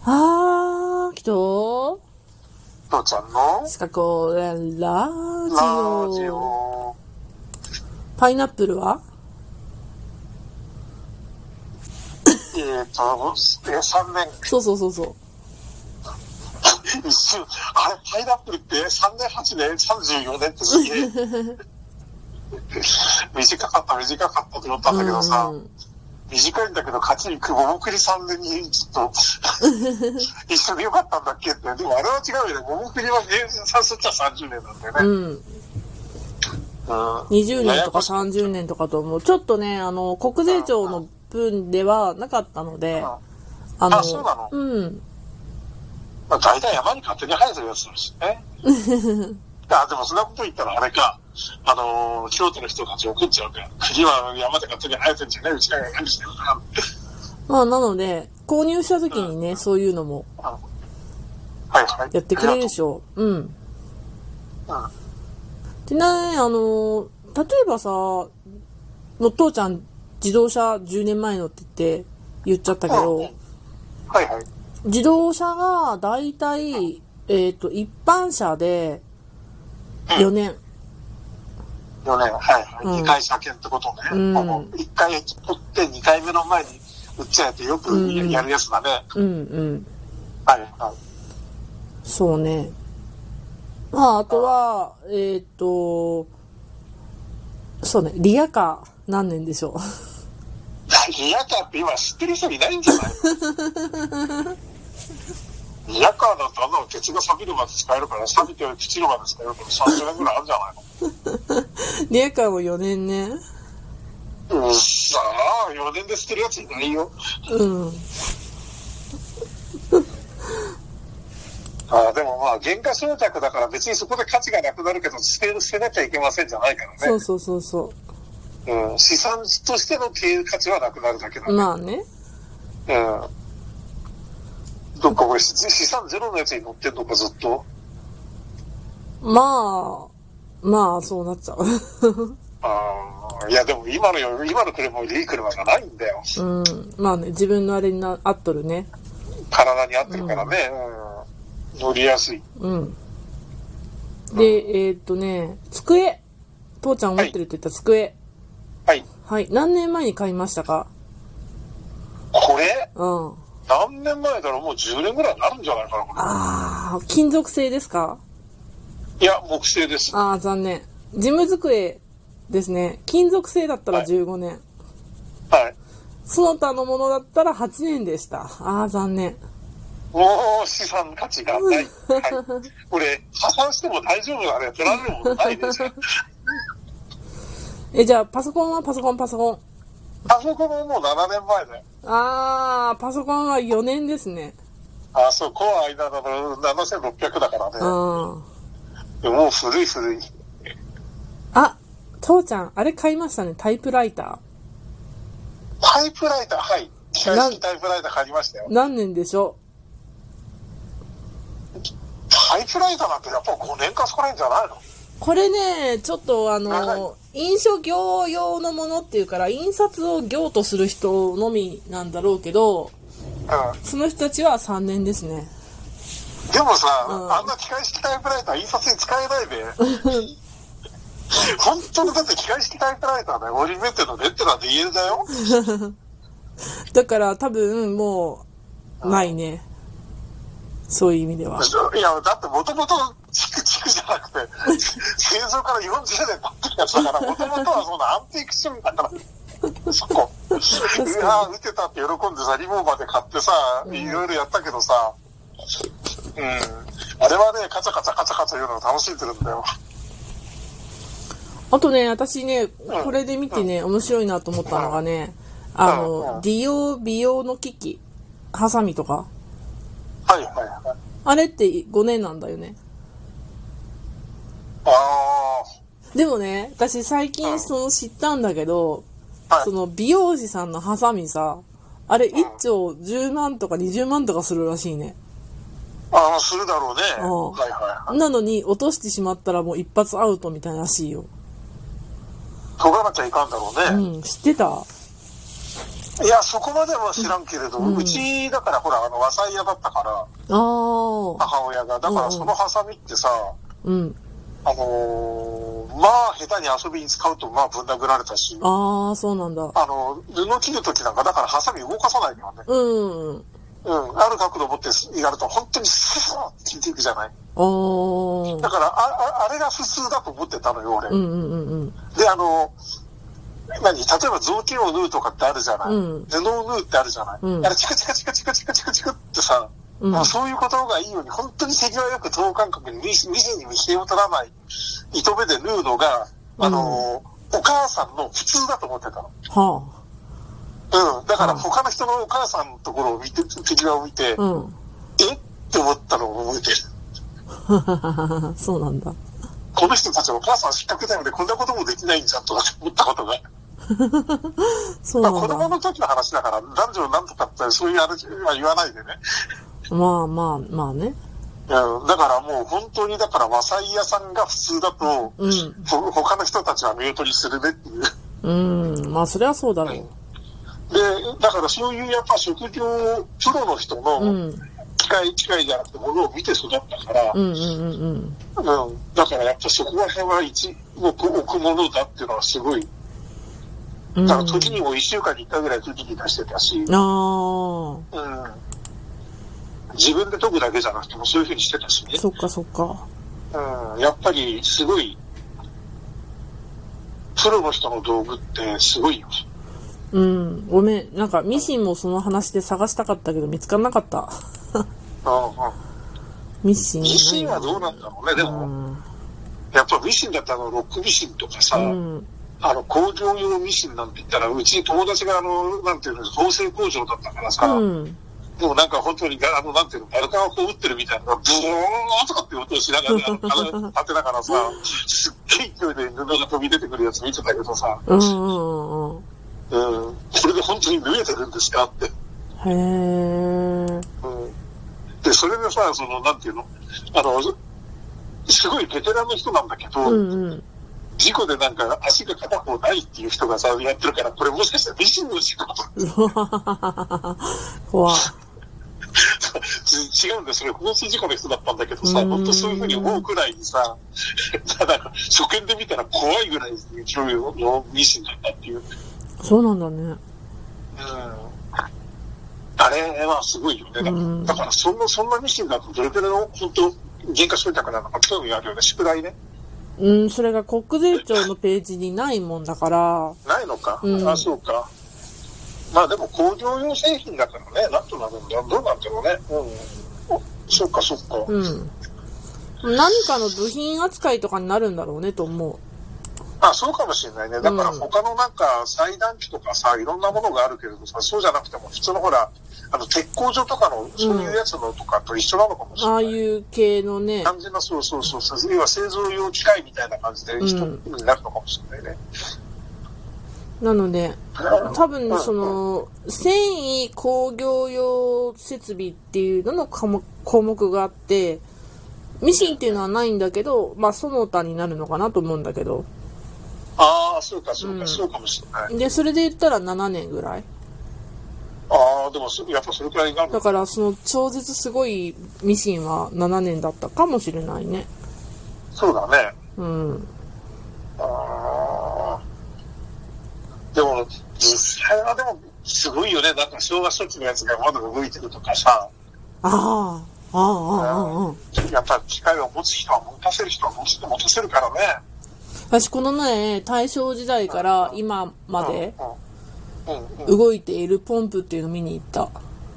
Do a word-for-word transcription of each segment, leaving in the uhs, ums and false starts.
あー、きと父ちゃんのシカゴラジラジオ。 オ。 パイナップルはえーと、え、さんねん。 そうそうそうそう。 一瞬、あれ、パイナップルってさんねん、はちねん、さんじゅうよねんってすげえ。短かった、短かったと思ったんだけどさ、 うん、 短いんだけど、勝ちに行く桃栗さんねんにちょっと、一緒でよかったんだっけって。でもあれは違うよね。桃栗は芸人さんすっちゃさんじゅうねんなんだよね。 うん。 うん。 にじゅうねんとかさんじゅうねんとかと思う。ちょっとね、あの、国税庁の分ではなかったので、 あの、あ、そうなの？ うん。 まあ、大体山に勝手に生えてるやつだしね。あ、でもそんなこと言ったらあれか。あのー、京都の人たち怒っちゃうから。栗は山で勝手に生えてんじゃねえ、うちらが何してるかな。 まあ、なので、購入した時にね、うん、そういうのも、 はいはい。 やってくれるでしょう。うん。うん。でね、あの、例えばさ、の父ちゃん自動車じゅうねんまえのって言って言っちゃったけど、うん、 はいはい。 自動車がだいたい、えっと、一般車でよねん。うんよねん、はいはい。うん、にかい車検ってことね。うん、いっかい取ってにかいめの前に売っちゃえてよくやるやつだね。 うんうん。 はいはい。 そうね。まあ、あとは、えっと、そうね、リアカー何年でしょう。 リアカーって今知ってる人いないんじゃないの？リアカーだとあんなの鉄が錆びるまで使えるから、錆びて朽ちるまで使えるからさんじゅうねんぐらいあるんじゃないの？ リアカーもよねんね。 うん、さあ、よねんで捨てるやついないよ。 うん。 あ、でもまあ、原価償却だから別にそこで価値がなくなるけど、捨てる、捨てなきゃいけませんじゃないからね。 そうそうそうそう。 うん、資産としての経営価値はなくなるだけだね。 まあね。 うん。どっかこれ資産ゼロのやつに乗ってんのかずっと。 まあ、まあそうなっちゃう。 ああ、いやでも今のよ、今の車よりいい車がないんだよ。 うん。まあね、自分のあれにな合っとるね。 体に合ってるからね。うん。乗りやすい。 うん。で、えー、っとね、机。父ちゃん持ってるって言った机。 はい。 はい。何年前に買いましたか？ これ？ うん。 何年前だろう？もうじゅうねんぐらいになるんじゃないかな、これ。 ああ、金属製ですか？ いや、木製です。 ああ、残念。事務机ですね。金属製だったらじゅうごねん。はい。 はい、 その他のものだったらはちねんでした。ああ、残念。 もう資産価値がない。はい。これ、破産しても大丈夫だね。取られるものないでしょ。 え、じゃあ、パソコンはパソコン、パソコン。 パソコンももうななねんまえだよ。 ああ、パソコンはよねんですね。 ああ、そう、コア間のななせんろっぴゃくだからね。 うん。 もう古い古い。 あ、父ちゃん、あれ買いましたね。タイプライター。 タイプライター、はい。機械式タイプライター買いましたよ。 何年でしょう？ タイプライターなんてやっぱごねんかそこらへんじゃないの？ これね、ちょっとあの、印書業用のものっていうから、印刷を業とする人のみなんだろうけど、うん、その人たちはさんねんですね。 でもさ、うん、あんな機械式タイプライター印刷に使えないで。本当にだって機械式タイプライターだよ。オリメッテのレッテラーで言えるだよ。 だから多分もう、ないね。そういう意味では。 いや、だってもともとチクチクじゃなくて、製造からよんじゅうねん経ってるやつだから、もともとはそんなアンティーク趣味だから、そこ。いや打てたって喜んでさ、リボンまで買ってさ、いろいろやったけどさ、うん。あれはね、カチャカチャカチャカチャ言うのを楽しんでるんだよ。 あとね、私ね、これで見てね、うん、面白いなと思ったのがね、うん、あの、うん、美容、美容の機器、ハサミとか。 はいはいはい。 あれってごねんなんだよね。 ああ。 でもね、私最近その知ったんだけど、はい、その美容師さんのハサミさ、あれいっ丁じゅうまんとかにじゅうまんとかするらしいね。 ああ、するだろうね。はいはいはい。 なのに落としてしまったらもう一発アウトみたいらしいよ。 研がなきゃいかんだろうね。 うん、知ってた？ いや、そこまでは知らんけれど、うん、うち、だからほら、あの、和裁屋だったから、母親が。だからそのハサミってさ、うん、あのー、まあ、下手に遊びに使うと、まあ、ぶん殴られたし。 ああ、そうなんだ。 あの、布切るときなんか、だからハサミ動かさないよね。うん。うん。ある角度を持ってやると、本当にスーッて切っていくじゃない。おー。だから、あ、あれが普通だと思ってたのよ、俺。うんうんうんうん。で、あの、何例えば雑巾を縫うとかってあるじゃない、うん、布を縫うってあるじゃない、うん、あれチカチカチカチカチカチカチカってさ、うん、もうそういうことがいいように本当に手際よく等間隔にミシンに見せを取らない糸目で縫うのが、あのーうん、お母さんの普通だと思ってたの。はあ、うん。だから他の人のお母さんのところを見て、手際を見て、うん、えって思ったのを覚えてる。 そうなんだ。 この人たちはお母さん失格だよね、こんなこともできないんじゃんとか思ったことが。そうなんだ。まあ子供の時の話だから、男女なんとかってそういうあれは言わないでね。 まあまあ、まあね。 うん、だからもう本当にだから和裁屋さんが普通だと、うん、他の人たちは見劣りするねっていう。 うん、まあそれはそうだろう。 で、だからそういうやっぱ職業、プロの人の、うん機械、機械じゃなくて物を見て育ったから、うんうんうんうん。うん。だからやっぱそこら辺は一置置くものだっていうのはすごい。だから時にも一週間に一回ぐらい時に出してたし、あうん。自分で研ぐだけじゃなくてもそういう風にしてたしね。 そっかそっか。 うん。やっぱりすごい、プロの人の道具ってすごいよ。 うん。ごめん。なんかミシンもその話で探したかったけど見つからなかった。ミシンミシンはどうなんだろうね。でも、うん、やっぱミシンだったらロックミシンとかさ、うん、あの工場用ミシンなんて言ったら、うち友達があの、なんていうの、縫製工場だったからさ、うん、でもなんか本当に、あの、なんていうの、バルカンをこう打ってるみたいな、ブーンとかって音をしながら、立てながらさ、すっげえ勢いで布が飛び出てくるやつ見てたけどさ、うんうんうん、これで本当に縫えてるんですかって。へー。うんで、それでさ、その、なんていうのあの、すごいベテランの人なんだけど、うんうん、事故でなんか足が片方ないっていう人がさ、やってるから、これもしかしたらミシンの事故怖い。違うんだよ、それ交通事故の人だったんだけどさ、本当そういうふうに思うくらいにさ、ただ、初見で見たら怖いぐらい勢いのミシンだったっていう。 そうなんだね。うんあれはすごいよね。だから、うん、だからそんな、そんなミシンだとどれくらいの、本当原価償却なのか興味あるよね。宿題ね。 うん、それが国税庁のページにないもんだから。 ないのか、うん、あ、そうか。まあでも工業用製品だからね、なんとなるんだ。どうなんだろうね。うん。そっかそっか。うん。 何かの部品扱いとかになるんだろうねと思う。 あ、そうかもしれないね。だから他のなんか裁断機とかさ、いろんなものがあるけれどさ、そうじゃなくても普通のほら、あの鉄工所とかのそういうやつのとかと一緒なのかもしれない。 うん、ああいう系のね。 感じの、そうそうそうそう、要は製造用機械みたいな感じで人になるのかもしれないね。 うん、なので、多分その、繊維工業用設備っていうのの項目があって、ミシンっていうのはないんだけど、まあその他になるのかなと思うんだけど。 ああ、そうか、そうか、うん、そうかもしれない。 で、それで言ったらななねんぐらい。 ああ、でも、やっぱそれくらいになる。 だから、その、超絶すごいミシンはななねんだったかもしれないね。 そうだね。うん。ああ。でも、実際はでも、すごいよね。なんか、昭和初期のやつがまだ動いてるとかさ。ああ。ああ、ああ、ああ。やっぱり機械を持つ人は持たせる人は持つ持たせるからね。 私この前大正時代から今まで動いているポンプっていうのを見に行った。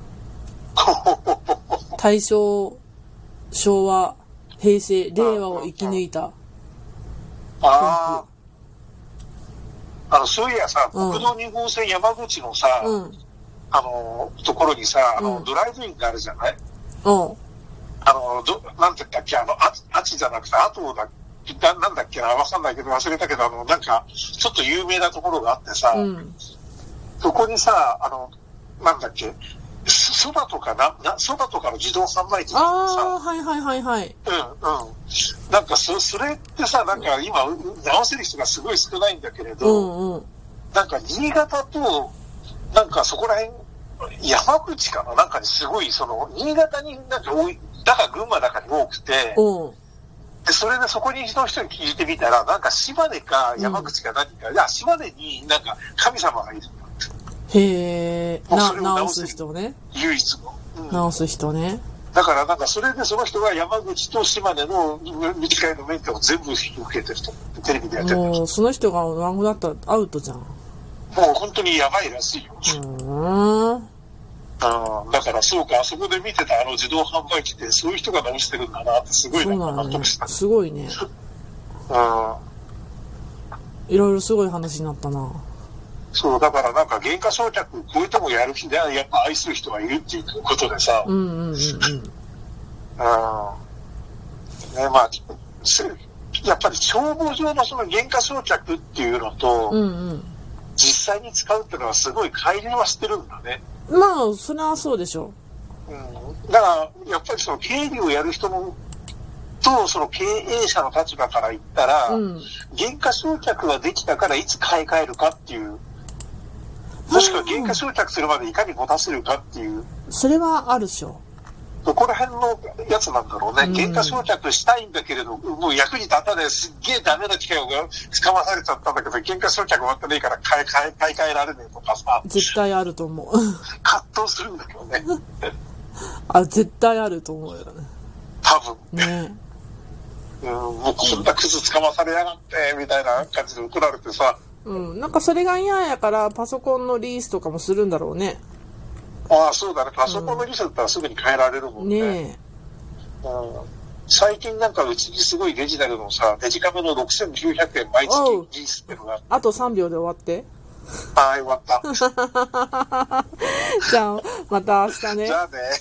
大正、昭和、平成、令和を生き抜いたポンプ。 ああのそういやさ、国道に号線山口のさ、うん、あのところにさ、あの、うん、ドライブインがあるじゃない。うん。あのどなんて言ったっけ、あのああちじゃなくてあとだっけ。な, なんだっけな、わかんないけど忘れたけど、あの、なんか、ちょっと有名なところがあってさ、うん、そこにさ、あの、なんだっけ、そばとかな、な、そばとかの自動販売機とかさ、 ああ、はいはいはいはい。 うん、うん。なんかそ、それってさ、なんか今、直せる人がすごい少ないんだけれど、うんうん、なんか新潟と、 なんかそこら辺、山口かななんかね、すごい、その、新潟になんか多い、だか群馬だかに多くて、 うん。 で、それでそこにの人に聞いてみたら、なんか島根か山口か何か、うん、いや、島根になんか神様がいるんだって。 へー、な、直す人ね。 唯一の。 うん、直す人ね。 だからなんかそれでその人が山口と島根の道会の免許を全部引き受けてる人テレビでやってるんです。 もうその人がワンゴだったらアウトじゃん。もう本当にやばいらしいよ。 うーん。 あだからそうか、あそこで見てたあの自動販売機ってそういう人が直してるんだなってすごいなんか納得した。すごいね。 あいろいろすごい話になったな。 そう、だからなんか原価償却超えてもやる気でやっぱ愛する人がいるっていうことでさ。 うんうんうんうん。 あね、まあ、やっぱり帳簿上のその原価償却っていうのと、 うんうん、 実際に使うっていうのはすごい乖離はしてるんだね。 まあ、それはそうでしょう。うん。だから、やっぱりその経理をやる人の、と、その経営者の立場から言ったら、うん、原価償却ができたからいつ買い替えるかっていう、もしくは原価償却するまでいかに持たせるかっていう。 それはあるでしょ。 そこら辺のやつなんだろうね。うん、原価償却したいんだけれど、もう役に立たないすっげえダメな機械を掴まされちゃったんだけど、原価償却終わってねえから買い替え、買い替えられねえとかさ。 絶対あると思う。 葛藤するんだけどね。 あ、絶対あると思うよね。 多分。 ね。 うん、もうこんなクズ掴まされやがって、みたいな感じで怒られてさ。 うん、なんかそれが嫌やからパソコンのリースとかもするんだろうね。 ああ、そうだね。パソコンのリースだったらすぐに変えられるもんね。 ねえ。うん、最近なんかうちにすごいデジタルのさ、デジカメのろくせんきゅうひゃくえん毎月リースってのが。 あとさんびょうで終わって。 はい、終わった。 じゃあ、また明日ね。 じゃあね。